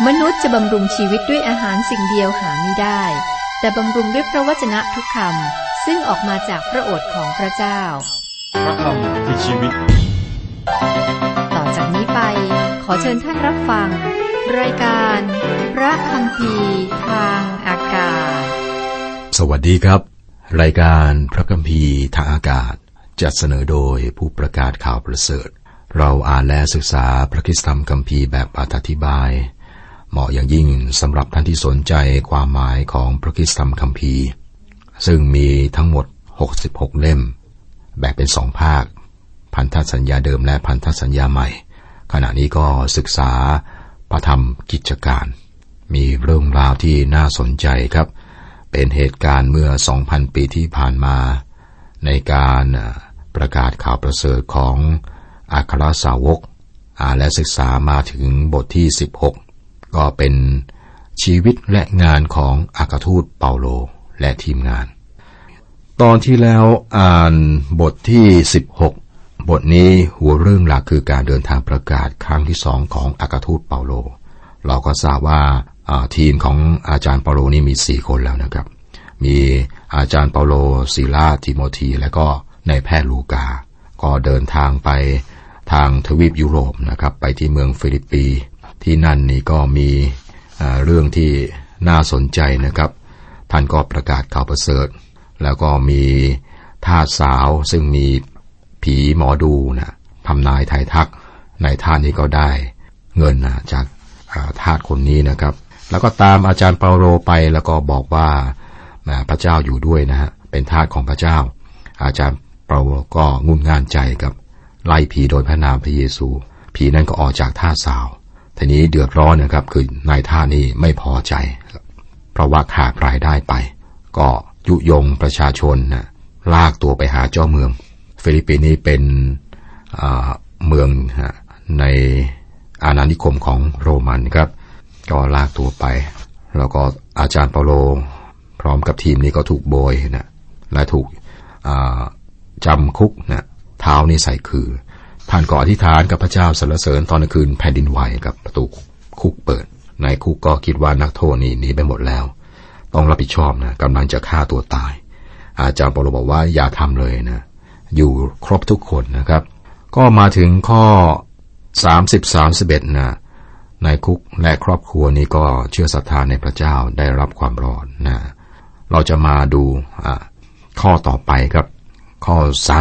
มนุษย์จะบำรุงชีวิตด้วยอาหารสิ่งเดียวหาไม่ได้แต่บำรุงด้วยพระวจนะทุกคำซึ่งออกมาจากพระโอษฐ์ของพระเจ้าพระคำคือชีวิตต่อจากนี้ไปขอเชิญท่านรับฟังรายการพระคัมภีร์ทางอากาศสวัสดีครับรายการพระคัมภีร์ทางอากาศจัดเสนอโดยผู้ประกาศข่าวประเสริฐเราอ่านและศึกษาพระคริสตธรรมคัมภีร์แบบอธิบายเหมาะอย่างยิ่งสำหรับท่านที่สนใจความหมายของพระคริสตธรรมคัมภีร์ซึ่งมีทั้งหมด66เล่มแบ่งเป็น2ภาคพันธสัญญาเดิมและพันธสัญญาใหม่ขณะนี้ก็ศึกษาพระธรรมกิจการมีเรื่องราวที่น่าสนใจครับเป็นเหตุการณ์เมื่อ 2,000 ปีที่ผ่านมาในการประกาศข่าวประเสริฐของอัครสาวกและศึกษามาถึงบทที่16ก็เป็นชีวิตและงานของอัครทูตเปาโลและทีมงานตอนที่แล้วอ่านบทที่16บทนี้หัวเรื่องหลักคือการเดินทางประกาศครั้งที่2ของอัครทูตเปาโลเราก็ทราบว่าทีมของอาจารย์เปาโลนี่มี4คนแล้วนะครับมีอาจารย์เปาโลศิลาติโมธีและก็นายแพทย์ลูกาก็เดินทางไปทางทวีปยุโรปนะครับไปที่เมืองฟิลิปปีที่นั่นนี่ก็มีเรื่องที่น่าสนใจนะครับท่านก็ประกาศข่าวประเสริฐแล้วก็มีทาสสาวซึ่งมีผีหมอดูนะทำนายทายทักในทาสนี้ก็ได้เงินจากทาสคนนี้นะครับแล้วก็ตามอาจารย์เปาโลไปแล้วก็บอกว่าพระเจ้าอยู่ด้วยนะฮะเป็นทาสของพระเจ้าอาจารย์เปาโลก็งุนง่านใจกับไล่ผีโดยพระนามพระเยซูผีนั้นก็ออกจากทาสสาวทีนี้เดือดร้อนนะครับคือนายท่านี้ไม่พอใจเพราะว่าขาดรายได้ไปก็ยุยงประชาชนนะลากตัวไปหาเจ้าเมืองฟิลิปปินส์นี้เป็นเมืองในอาณานิคมของโรมันครับก็ลากตัวไปแล้วก็อาจารย์เปาโลพร้อมกับทีมนี้ก็ถูกโบยนะและถูกจำคุกนะเท้านี่ใส่คือท่านก็อธิษฐานกับพระเจ้าสรรเสริญตอนกลางคืนแผ่นดินไหวกับประตูคุกเปิดในคุกก็คิดว่านักโทษนี่หนีไปหมดแล้วต้องรับผิดชอบนะกำลังจะฆ่าตัวตายอาจารย์เปาโลบอกว่าอย่าทำเลยนะอยู่ครบทุกคนนะครับก็มาถึงข้อ30-31นะในคุกและครอบครัวนี้ก็เชื่อศรัทธาในพระเจ้าได้รับความรอดนะเราจะมาดูข้อต่อไปครับข้อ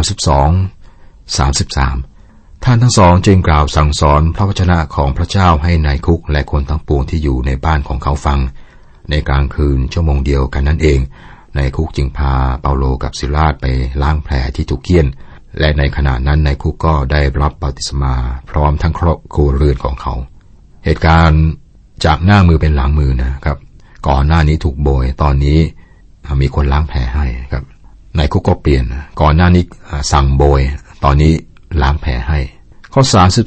32-33ท่านทั้งสองจึงกล่าวสั่งสอนพระวจนะของพระเจ้าให้ในคุกและคนทั้งปวงที่อยู่ในบ้านของเขาฟังในกลางคืนชั่วโมงเดียวกันนั่นเองในคุกจึงพาเปาโลกับซิลาสไปล้างแผลที่ถูกเฆี่ยนและในขณะนั้นในคุกก็ได้รับบัพติศมาพร้อมทั้งครอบครัวเรือนของเขาเหตุการณ์จากหน้ามือเป็นหลังมือนะครับก่อนหน้านี้ถูกโบยตอนนี้มีคนล้างแผลให้ครับในคุกก็เปลี่ยนก่อนหน้านี้สั่งโบยตอนนี้ล้างแผลให้ข้อ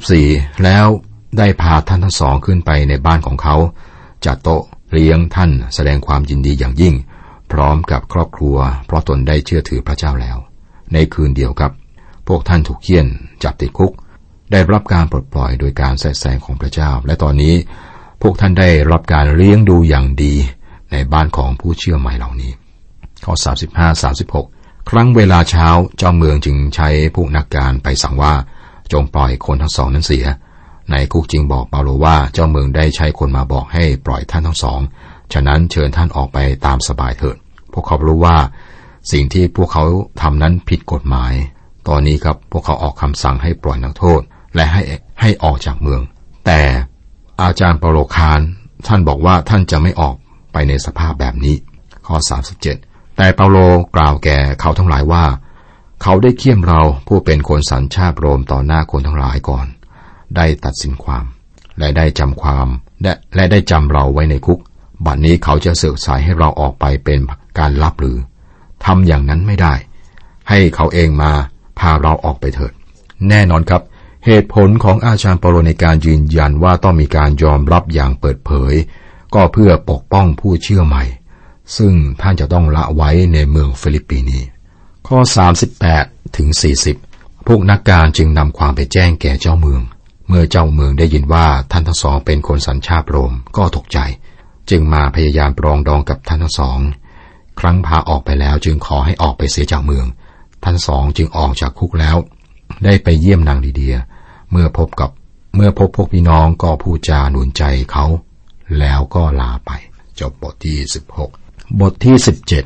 34แล้วได้พาท่านทั้งสองขึ้นไปในบ้านของเขาจัดโต๊ะเลี้ยงท่านแสดงความยินดีอย่างยิ่งพร้อมกับครอบครัวเพราะตนได้เชื่อถือพระเจ้าแล้วในคืนเดียวครับพวกท่านถูกเฆี่ยนจับติดคุกได้รับการปลดปล่อยโดยการแทรกแซงของพระเจ้าและตอนนี้พวกท่านได้รับการเลี้ยงดูอย่างดีในบ้านของผู้เชื่อใหม่เหล่านี้ข้อ35-36ครั้งเวลาเช้าเจ้าเมืองจึงใช้พวกนักการไปสั่งว่าจงปล่อยคนทั้งสองนั้นเสียในคุกจึงบอกเปาโลว่าเจ้าเมืองได้ใช้คนมาบอกให้ปล่อยท่านทั้งสองฉะนั้นเชิญท่านออกไปตามสบายเถิดพวกเขารู้ว่าสิ่งที่พวกเขาทำนั้นผิดกฎหมายตอนนี้ครับพวกเขาออกคำสั่งให้ปล่อยนักโทษและให้ออกจากเมืองแต่อาจารย์เปาโลค้านท่านบอกว่าท่านจะไม่ออกไปในสภาพแบบนี้ข้อ37แต่เปาโลกล่าวแก่เขาทั้งหลายว่าเขาได้เฆี่ยมเราผู้เป็นคนสัญชาติโรมต่อหน้าคนทั้งหลายก่อนได้ตัดสินความและได้จำความและได้จำเราไว้ในคุกบัดนี้เขาจะเสกสายให้เราออกไปเป็นการลับหรือทำอย่างนั้นไม่ได้ให้เขาเองมาพาเราออกไปเถิดแน่นอนครับเหตุผลของอาจารย์เปาโลในการยืนยันว่าต้องมีการยอมรับอย่างเปิดเผยก็เพื่อปกป้องผู้เชื่อใหม่ซึ่งท่านจะต้องละไว้ในเมืองฟิลิปปีนี้ข้อ38-40พวกนักการจึงนำความไปแจ้งแก่เจ้าเมือง เมื่อมื่อเจ้าเมืองได้ยินว่าท่านทั้งสองเป็นคนสัญชาติโรมก็ตกใจจึงมาพยายามปรองดองกับท่านทั้งสองครั้งพาออกไปแล้วจึงขอให้ออกไปเสียจากเมืองท่านสองจึงออกจากคุกแล้วได้ไปเยี่ยมนางลีเดียเมื่อพบพวกพี่น้องก็พูดจาหนุนใจเขาแล้วก็ลาไปจบบทที่16บทที่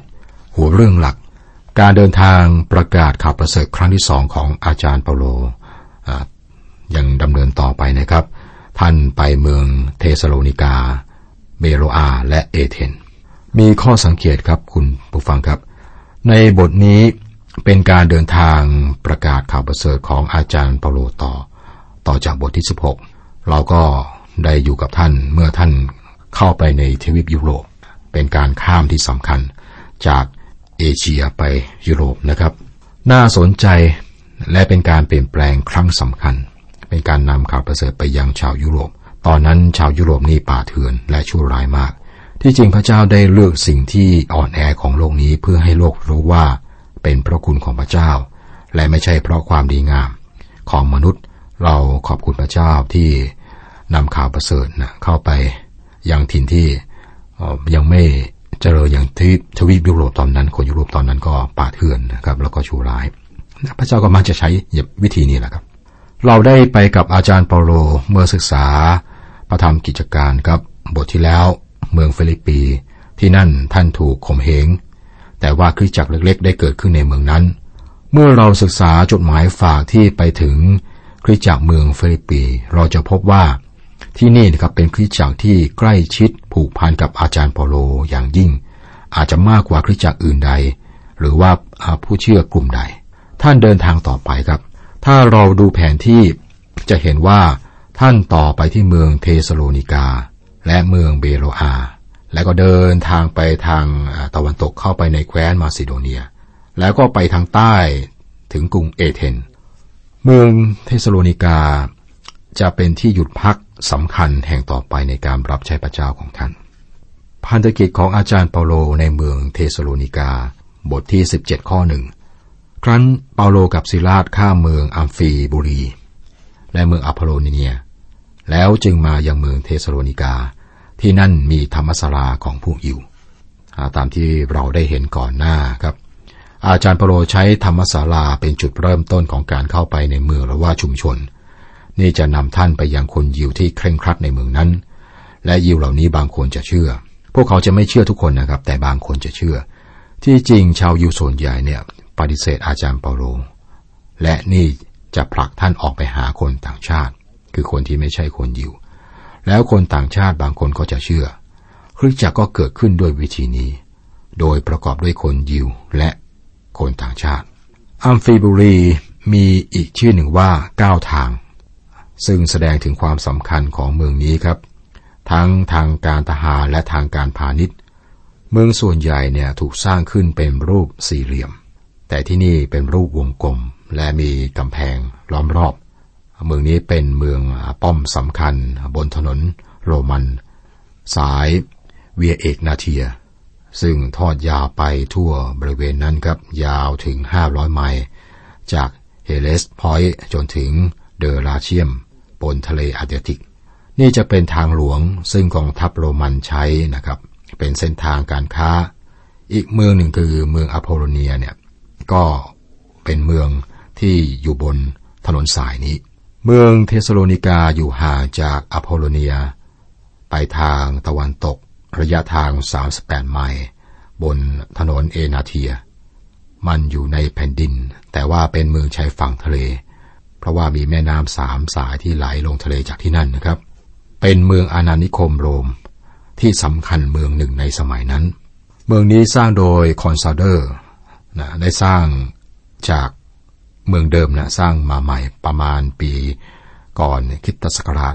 17หัวเรื่องหลักการเดินทางประกาศข่าวประเสริฐครั้งที่2ของอาจารย์เปาโลยังดำเนินต่อไปนะครับท่านไปเมืองเทสโลนิกาเบโรอาและเอเธนมีข้อสังเกตครับคุณผู้ฟังครับในบทนี้เป็นการเดินทางประกาศข่าวประเสริฐของอาจารย์เปาโลต่อจากบทที่16เราก็ได้อยู่กับท่านเมื่อท่านเข้าไปในทวีปยุโรปเป็นการข้ามที่สำคัญจากเอเชียไปยุโรปนะครับน่าสนใจและเป็นการเปลี่ยนแปลงครั้งสำคัญเป็นการนำข่าวประเสริฐไปยังชาวยุโรปตอนนั้นชาวยุโรปนี่ป่าเถื่อนและชั่วร้ายมากที่จริงพระเจ้าได้เลือกสิ่งที่อ่อนแอของโลกนี้เพื่อให้โลกรู้ว่าเป็นพระคุณของพระเจ้าและไม่ใช่เพราะความดีงามของมนุษย์เราขอบคุณพระเจ้าที่นำข่าวประเสริฐเข้าไปยังถิ่นที่ยังไม่เจริญอย่างทวีปยุโรปตอนนั้นคนยุโรปตอนนั้นก็ป่าเถื่อนนะครับแล้วก็ชั่วร้ายพระเจ้าก็มักจะใช้วิธีนี้แหละครับเราได้ไปกับอาจารย์เปาโลเมื่อศึกษาพระธรรมกิจการครับบทที่แล้วเมืองฟิลิปปีที่นั่นท่านถูกข่มเหงแต่ว่าคริสตจักรเล็กๆได้เกิดขึ้นในเมืองนั้นเมื่อเราศึกษาจดหมายฝากที่ไปถึงคริสตจักรเมืองฟิลิปปีเราจะพบว่าที่นี่นะครับเป็นคริสตจักรที่ใกล้ชิดผูกพันกับอาจารย์เปาโลอย่างยิ่งอาจจะมากกว่าคริสตจักรอื่นใดหรือว่าผู้เชื่อกลุ่มใดท่านเดินทางต่อไปครับถ้าเราดูแผนที่จะเห็นว่าท่านต่อไปที่เมืองเทสโลนิกาและเมืองเบโรอาแล้วก็เดินทางไปทางตะวันตกเข้าไปในแคว้นมาซิโดเนียแล้วก็ไปทางใต้ถึงกรุงเอเธนเมืองเทสโลนิกาจะเป็นที่หยุดพักสำคัญแห่งต่อไปในการรับใช้พระเจ้าของท่านพันธกิจของอาจารย์เปาโลในเมืองเทสโลนิกาบทที่17ข้อ1ครั้นเปาโลกับซิลาสข้ามเมืองอัมฟีบุรีและเมืองอัพโลเนียแล้วจึงมายังเมืองเทสโลนิกาที่นั่นมีธรรมศาลาของพวกยิวตามที่เราได้เห็นก่อนหน้าครับอาจารย์เปาโลใช้ธรรมศาลาเป็นจุดเริ่มต้นของการเข้าไปในเมืองหรือว่าชุมชนนี่จะนำท่านไปยังคนยิวที่เคร่งครัดในเมืองนั้นและยิวเหล่านี้บางคนจะเชื่อพวกเขาจะไม่เชื่อทุกคนนะครับแต่บางคนจะเชื่อที่จริงชาวยิวส่วนใหญ่เนี่ยปฏิเสธอาจารย์เปาโลและนี่จะผลักท่านออกไปหาคนต่างชาติคือคนที่ไม่ใช่คนยิวแล้วคนต่างชาติบางคนก็จะเชื่อคริสตจักรก็เกิดขึ้นด้วยวิธีนี้โดยประกอบด้วยคนยิวและคนต่างชาติอัมฟีบุรีมีอีกชื่อหนึ่งว่า9ทางซึ่งแสดงถึงความสำคัญของเมืองนี้ครับทั้งทางการทหารและทางการพาณิชย์เมืองส่วนใหญ่เนี่ยถูกสร้างขึ้นเป็นรูปสี่เหลี่ยมแต่ที่นี่เป็นรูปวงกลมและมีกำแพงล้อมรอบเมืองนี้เป็นเมืองป้อมสำคัญบนถนนโรมันสายเวียเอกนาเทียซึ่งทอดยาวไปทั่วบริเวณนั้นครับยาวถึง500ไมล์จากเฮเลสพอยต์จนถึงเดอราเชียมบนทะเลแอตแลนติกนี่จะเป็นทางหลวงซึ่งกองทัพโรมันใช้นะครับเป็นเส้นทางการค้าอีกเมืองหนึ่งคือเมืองอโพโลเนียเนี่ยก็เป็นเมืองที่อยู่บนถนนสายนี้เมืองเทสโลนิกาอยู่ห่างจากอโพโลเนียไปทางตะวันตกระยะทาง38ไมล์บนถนนเอนาเทียมันอยู่ในแผ่นดินแต่ว่าเป็นเมืองชายฝั่งทะเลเพราะว่ามีแม่น้ำ3สายที่ไหลลงทะเลจากที่นั่นนะครับเป็นเมืองอาณานิคมโรมที่สำคัญเมืองหนึ่งในสมัยนั้นเมืองนี้สร้างโดยคอนซาเดอร์ได้สร้างจากเมืองเดิมสร้างมาใหม่ประมาณปีก่อนคริสตศักราช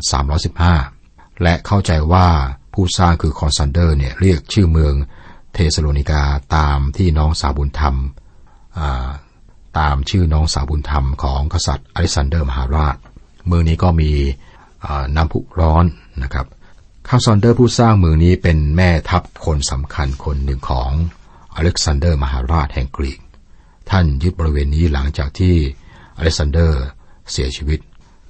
315และเข้าใจว่าผู้สร้างคือคอนซาเดอร์เนี่ยเรียกชื่อเมืองเทสโลนิกาตามที่น้องสาวบุญธรรมตามชื่อน้องสาวบุญธรรมของกษัตริย์อเล็กซานเดอร์มหาราชเมืองนี้ก็มีน้ำพุร้อนนะครับคอนซาเดอร์ผู้สร้างเมืองนี้เป็นแม่ทัพคนสำคัญคนหนึ่งของอเล็กซานเดอร์มหาราชแห่งกรีกท่านยึดบริเวณนี้หลังจากที่อเล็กซานเดอร์เสียชีวิต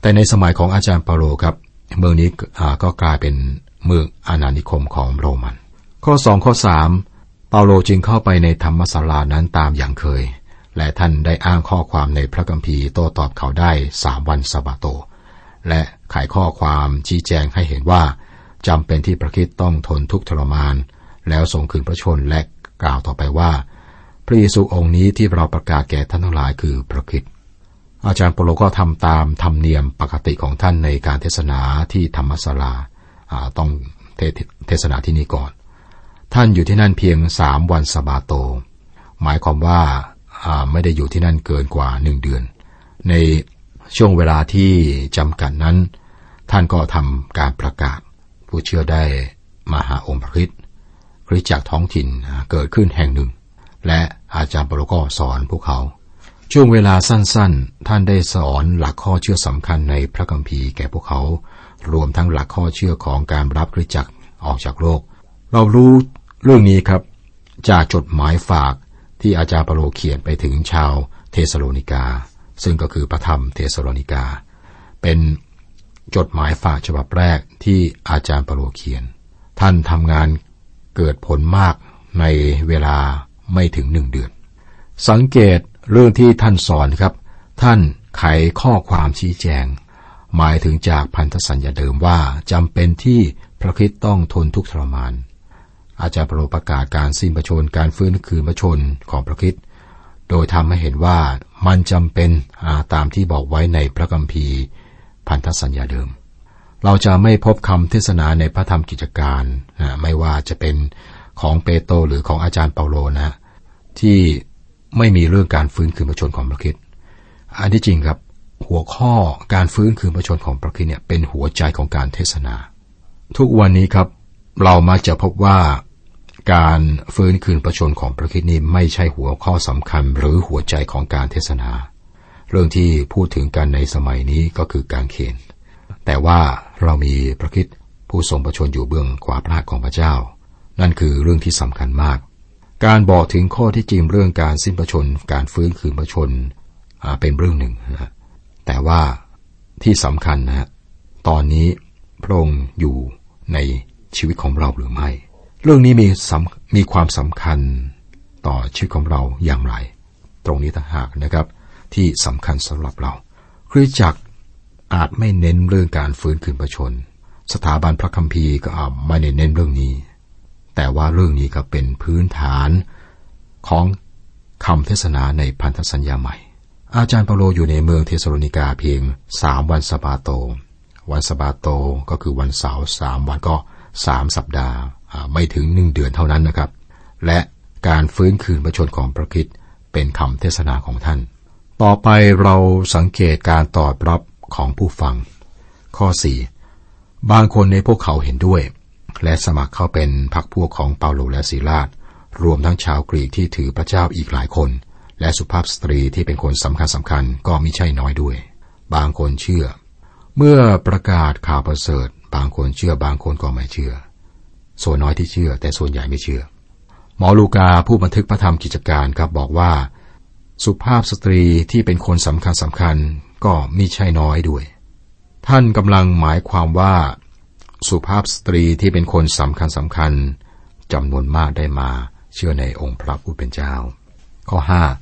แต่ในสมัยของอาจารย์เปาโลครับเมืองนี้ก็กลายเป็นเมืองอาณานิคมของโรมันข้อ2ข้อ3เปาโลจึงเข้าไปในธรรมศาลานั้นตามอย่างเคยและท่านได้อ้างข้อความในพระคัมภีร์โต้ตอบเขาได้3 วันสะบาโตและไขข้อความชี้แจงให้เห็นว่าจำเป็นที่พระคริสต์ต้องทนทุกข์ทรมานแล้วทรงคืนพระชนและกล่าวต่อไปว่าพระเยซูองค์นี้ที่เราประกาศแก่ท่านทั้งหลายคือพระคริสต์อาจารย์เปาโลก็ทำตามธรรมเนียมปกติของท่านในการเทศนาที่ธรรมศาลาต้องเทศนาที่นี่ก่อนท่านอยู่ที่นั่นเพียง3 วันสะบาโตหมายความว่าไม่ได้อยู่ที่นั่นเกินกว่า1 เดือนในช่วงเวลาที่จำกัดนั้นท่านก็ทำการประกาศผู้เชื่อได้มาหาองค์พระคริสต์คริสตจักรท้องถิ่นเกิดขึ้นแห่งหนึ่งและอาจารย์เปาโลก็สอนพวกเขาช่วงเวลาสั้นๆท่านได้สอนหลักข้อเชื่อสำคัญในพระคัมภีร์แก่พวกเขารวมทั้งหลักข้อเชื่อของการรับคริสตจักรออกจากโลกเรารู้เรื่องนี้ครับจากจดหมายฝากที่อาจารย์เปาโลเขียนไปถึงชาวเทสโลนิกาซึ่งก็คือพระธรรมเทสโลนิกาเป็นจดหมายฝากฉบับแรกที่อาจารย์เปาโลเขียนท่านทำงานเกิดผลมากในเวลาไม่ถึง1 เดือนสังเกตเรื่องที่ท่านสอนครับท่านไขข้อความชี้แจงหมายถึงจากพันธสัญญาเดิมว่าจำเป็นที่พระคริสต์ต้องทนทุกข์ทรมานอาจารย์เปาโลประกาศการสิ้นพระชนม์การฟื้นคืนพระชนม์ของพระคริสต์โดยทำให้เห็นว่ามันจำเป็นตามที่บอกไว้ในพระคัมภีร์พันธสัญญาเดิมเราจะไม่พบคำเทศนาในพระธรรมกิจการไม่ว่าจะเป็นของเปโตรหรือของอาจารย์เปาโลที่ไม่มีเรื่องการฟื้นคืนพระชนม์ของพระคริสต์อันที่จริงครับหัวข้อการฟื้นคืนพระชนม์ของพระคริสต์เนี่ยเป็นหัวใจของการเทศนาทุกวันนี้ครับเรามักจะพบว่าการฟื้นคืนพระชนม์ของพระคริสต์นี้ไม่ใช่หัวข้อสำคัญหรือหัวใจของการเทศนาเรื่องที่พูดถึงกันในสมัยนี้ก็คือการเขนแต่ว่าเรามีพระคริสต์ผู้ทรงพระชนม์อยู่เบื้องขวาพระหัตถ์ของพระเจ้านั่นคือเรื่องที่สำคัญมากการบอกถึงข้อที่จริงเรื่องการสิ้นพระชนม์การฟื้นคืนพระชนม์เป็นเรื่องหนึ่งแต่ว่าที่สำคัญตอนนี้พระองค์อยู่ในชีวิตของเราหรือไม่เรื่องนี้มีความสำคัญต่อชีวิตของเราอย่างไรตรงนี้ต่างหากนะครับที่สำคัญสำหรับเราคริสตจักรอาจไม่เน้นเรื่องการฟื้นคืนพระชนม์สถาบันพระคัมภีร์ก็อาจไม่ได้เน้นเรื่องนี้แต่ว่าเรื่องนี้ก็เป็นพื้นฐานของคำเทศนาในพันธสัญญาใหม่อาจารย์เปาโลอยู่ในเมืองเทสโลนิกาเพียง3 วันสะบาโตวันสะบาโตก็คือวันเสาร์3 วันก็3 สัปดาห์ไม่ถึง1 เดือนเท่านั้นนะครับและการฟื้นคืนพระชนม์ของพระคริสต์เป็นคำเทศนาของท่านต่อไปเราสังเกตการตอบรับของผู้ฟังข้อ4บางคนในพวกเขาเห็นด้วยและสมัครเข้าเป็นพรรคพวกของเปาโลและซีลาสรวมทั้งชาวกรีกที่ถือพระเจ้าอีกหลายคนและสุภาพสตรีที่เป็นคนสำคัญก็มิใช่น้อยด้วยบางคนเชื่อเมื่อประกาศข่าวประเสริฐบางคนเชื่อบางคนก็ไม่เชื่อส่วนน้อยที่เชื่อแต่ส่วนใหญ่ไม่เชื่อหมอลูกาผู้บันทึกพระธรรมกิจการครับบอกว่าสุภาพสตรีที่เป็นคนสำคัญก็มิใช่น้อยด้วยท่านกำลังหมายความว่าสุภาพสตรีที่เป็นคนสำคัญจำนวนมากได้มาเชื่อในองค์พระผู้เป็นเจ้าข้อ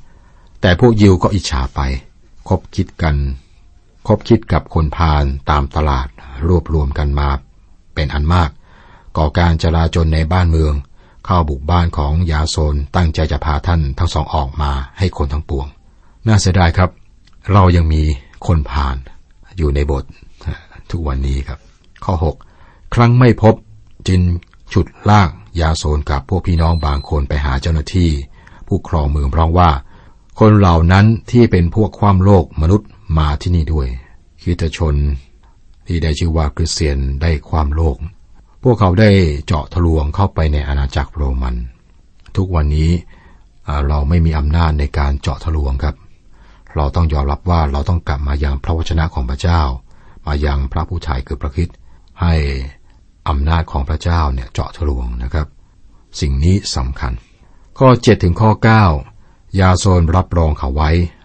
5แต่พวกยิวก็อิจฉาไปคบคิดกับคนพาลตามตลาดรวบรวมกันมาเป็นอันมากก่อการจลาจลในบ้านเมืองเข้าบุกบ้านของยาโซนตั้งใจจะพาท่านทั้งสองออกมาให้คนทั้งปวงน่าเสียดายครับเรายังมีคนพาลอยู่ในโบสถ์ทุกวันนี้ครับข้อ6ครั้งไม่พบจึงฉุดลากยาโซนกับพวกพี่น้องบางคนไปหาเจ้าหน้าที่ผู้ครองเมืองร้องว่าคนเหล่านั้นที่เป็นพวกคว่ำโลกมนุษย์มาที่นี่ด้วยคริสตชนที่ได้ชื่อว่าคริสเตียนได้ความโลกพวกเขาได้เจาะทะลวงเข้าไปในอาณาจักรโรมันทุกวันนี้เราไม่มีอำนาจในการเจาะทะลวงครับเราต้องยอมรับว่าเราต้องกลับมายังพระวจนะของพระเจ้ามายังพระผู้ไถ่คือพระคริสต์ให้อำนาจของพระเจ้าเนี่ยเจาะทะลวงนะครับสิ่งนี้สำคัญข้อ7ถึงข้อ9ยาโซนรับรองเขาไว้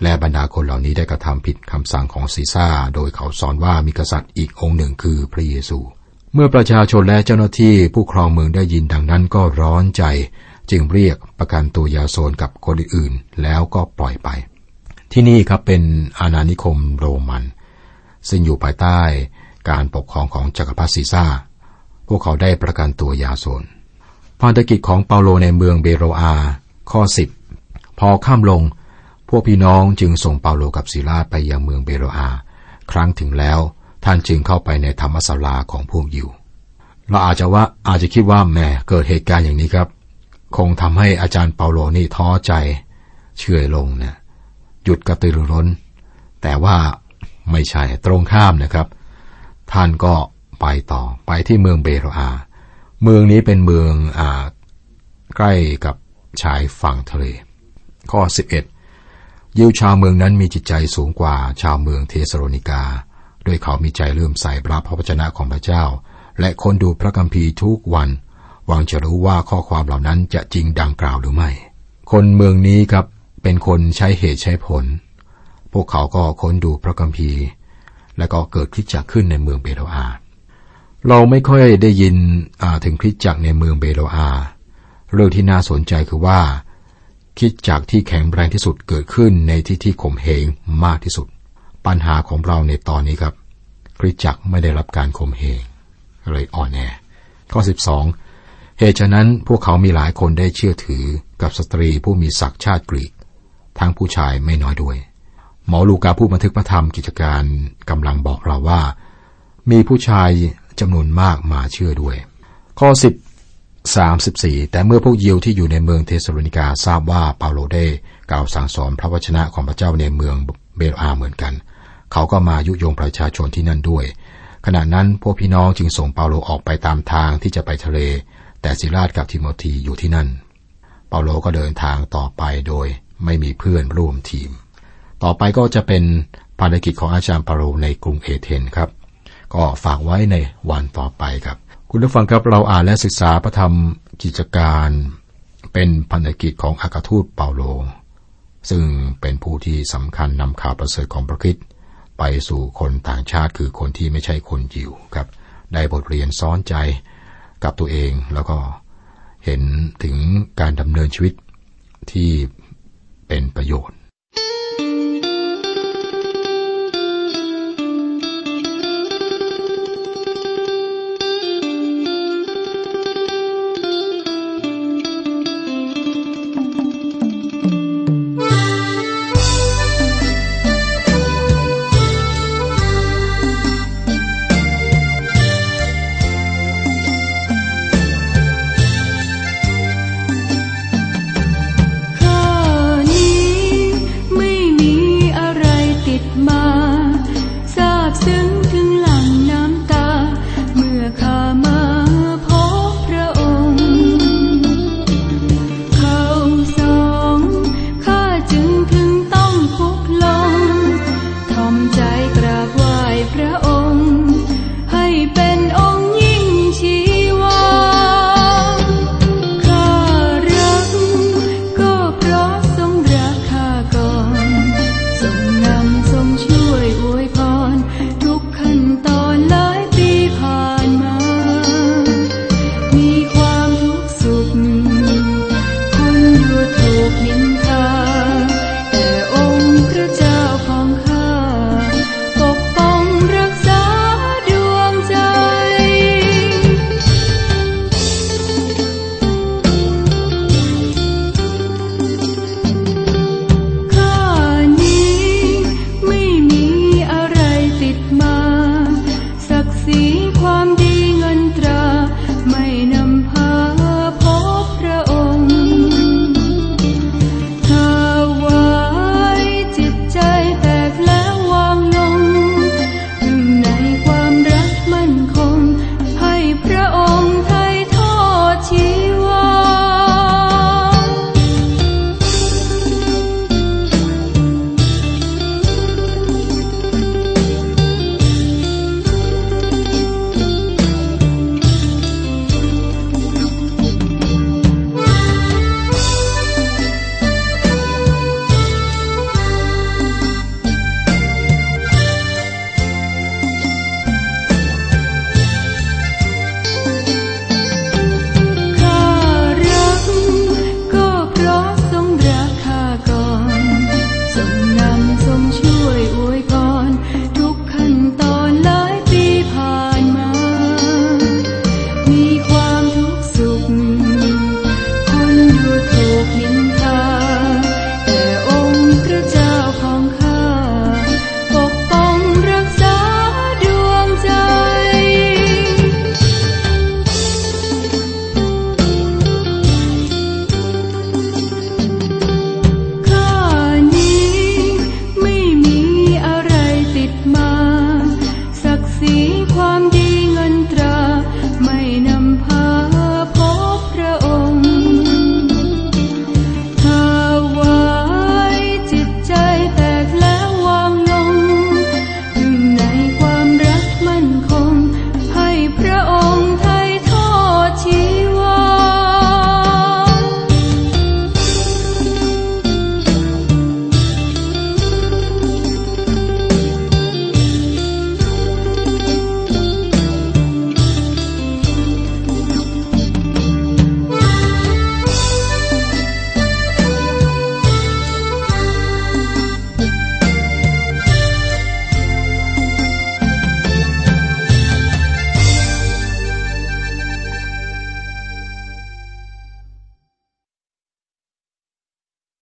และบรรดาคนเหล่านี้ได้กระทำผิดคำสั่งของซีซ่าโดยเขาสอนว่ามีกษัตริย์อีกองค์หนึ่งคือพระเยซูเมื่อประชาชนและเจ้าหน้าที่ผู้ครองเมืองได้ยินดังนั้นก็ร้อนใจจึงเรียกประกันตัวยาโซนกับคนอื่นๆแล้วก็ปล่อยไปที่นี่ครับเป็นอาณานิคมโรมันซึ่งอยู่ภายใต้การปกครองของจักรพรรดิซีซ่าพวกเขาได้ประกันตัวยาโซนพันธกิจของเปาโลในเมืองเบโรอาข้อ10พอค่ำลงพวกพี่น้องจึงส่งเปาโลกับศิลาไปยังเมืองเบโรอาครั้งถึงแล้วท่านจึงเข้าไปในธรรมศาลาของพวกยิวเราอาจจะคิดว่าแหมเกิดเหตุการณ์อย่างนี้ครับคงทำให้อาจารย์เปาโลนี่ท้อใจเฉื่อยลงเนี่ยหยุดกระตือรือร้นแต่ว่าไม่ใช่ตรงข้ามนะครับท่านก็ไปต่อไปที่เมืองเบโรอาเมืองนี้เป็นเมืองใกล้กับชายฝั่งทะเลข้อ11ยิวชาวเมืองนั้นมีจิตใจสูงกว่าชาวเมืองเทสโลนิกาด้วยเขามีใจเลื่อมใสรับพระวจนะของพระเจ้าและคนดูพระคัมภีร์ทุกวันหวังจะรู้ว่าข้อความเหล่านั้นจะจริงดังกล่าวหรือไม่คนเมืองนี้ครับเป็นคนใช้เหตุใช้ผลพวกเขาก็ค้นดูพระคัมภีร์และก็เกิดคริสตจักรขึ้นในเมืองเบโรอาเราไม่ค่อยได้ยินถึงคริสตจักรในเมืองเบโรอาเรื่องที่น่าสนใจคือว่าคริสตจักรที่แข็งแรงที่สุดเกิดขึ้นในที่ข่มเหงมากที่สุดปัญหาของเราในตอนนี้ครับคริสตจักรไม่ได้รับการข่มเหงเลยอ่อนแอข้อ12เหตุฉะนั้นพวกเขามีหลายคนได้เชื่อถือกับสตรีผู้มีศักดิ์ชาติกรีกทั้งผู้ชายไม่น้อยด้วยหมอลูกาผู้บันทึกพระธรรมกิจการกำลังบอกเราว่ามีผู้ชายจำนวนมากมาเชื่อด้วยข้อ34แต่เมื่อพวกยิวที่อยู่ในเมืองเทสโลนิกาทราบว่าเปาโลได้กล่าวสั่งสอนพระวจนะของพระเจ้าในเมืองเบโรอาเหมือนกันเขาก็มายุยงประชาชนที่นั่นด้วยขณะนั้นพวกพี่น้องจึงส่งเปาโลออกไปตามทางที่จะไปทะเลแต่ศิลาสกับทิโมธีอยู่ที่นั่นเปาโลก็เดินทางต่อไปโดยไม่มีเพื่อนร่วมทีมต่อไปก็จะเป็นภารกิจของอาจารย์เปาโลในกรุงเอเธนครับก็ฝากไว้ในวันต่อไปครับคุณผู้ฟังครับเราอ่านและศึกษาพระธรรมกิจการเป็นพันธกิจของอัครทูตเปาโลซึ่งเป็นผู้ที่สำคัญนำข่าวประเสริฐของพระคริสต์ไปสู่คนต่างชาติคือคนที่ไม่ใช่คนยิวครับได้บทเรียนซ้อนใจกับตัวเองแล้วก็เห็นถึงการดำเนินชีวิตที่เป็นประโยชน์